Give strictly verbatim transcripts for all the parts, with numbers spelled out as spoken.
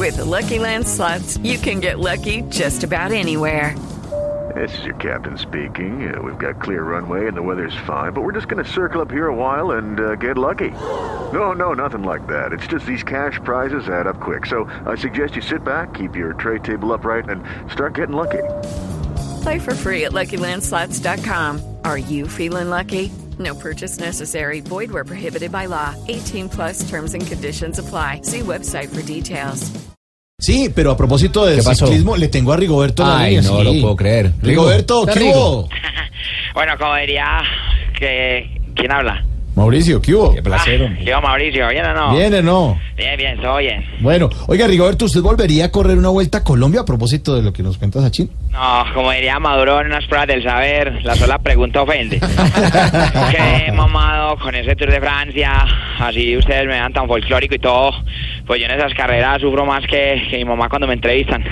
With the Lucky Land Slots, you can get lucky just about anywhere. This is your captain speaking. Uh, we've got clear runway and the weather's fine, but we're just going to circle up here a while and uh, get lucky. No, no, nothing like that. It's just these cash prizes add up quick. So I suggest you sit back, keep your tray table upright, and start getting lucky. Play for free at Lucky Land Slots dot com. Are you feeling lucky? No purchase necessary. Void where prohibited by law. eighteen plus terms and conditions apply. See website for details. Sí, pero a propósito de ciclismo, le tengo a Rigoberto en la Ay, línea. no sí. lo puedo creer. Rigoberto, ¿qué hubo? Bueno, como diría que... ¿Quién habla? Mauricio, ¿qué hubo? Qué placer, Ah, hombre. yo, Mauricio, ¿bien o no? ¿Viene o no? Bien, bien, todo bien. Bueno, oiga, Rigoberto, ¿usted volvería a correr una vuelta a Colombia a propósito de lo que nos cuentas, Sachin? No, como diría Maduro en unas pruebas del saber, la sola pregunta ofende. Qué mamado con ese Tour de Francia, así ustedes me dan tan folclórico y todo. Pues yo en esas carreras sufro más que, que mi mamá cuando me entrevistan.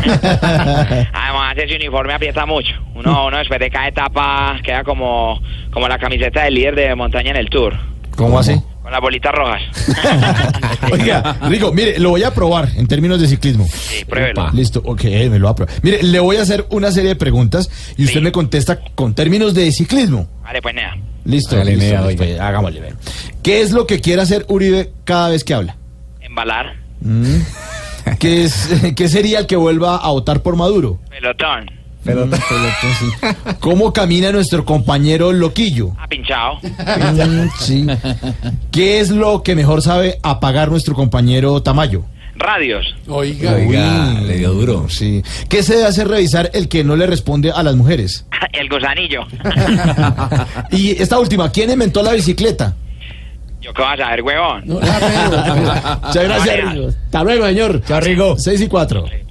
Además, ese uniforme aprieta mucho. Uno, uno después de cada etapa queda como, como la camiseta del líder de montaña en el Tour. ¿Cómo así? Con las bolitas rojas. Oiga, Rigo, mire, lo voy a probar en términos de ciclismo. Sí, pruébelo. Listo, ok, me lo voy a probar. Mire, le voy a hacer una serie de preguntas y usted Sí. me contesta con términos de ciclismo. Vale, pues nada. Listo, Hágale, listo, Nea, listo, oiga. hagámosle, ver. ¿Qué es lo que quiere hacer Uribe cada vez que habla? Embalar. Mm. ¿Qué, es, ¿Qué sería el que vuelva a votar por Maduro? Pelotón. Pero, sí. ¿Cómo camina nuestro compañero Loquillo? Ha pinchado. Mm, sí. ¿Qué es lo que mejor sabe apagar nuestro compañero Tamayo? Radios. Oiga, Oiga, Uy, le dio duro. Sí. ¿Qué se hace revisar el que no le responde a las mujeres? El gusanillo. Y esta última, ¿quién inventó la bicicleta? Yo qué vas a ver, huevón. Muchas gracias, Vale, Rigo. Hasta luego, señor. Chao, Rigo. seis y cuatro.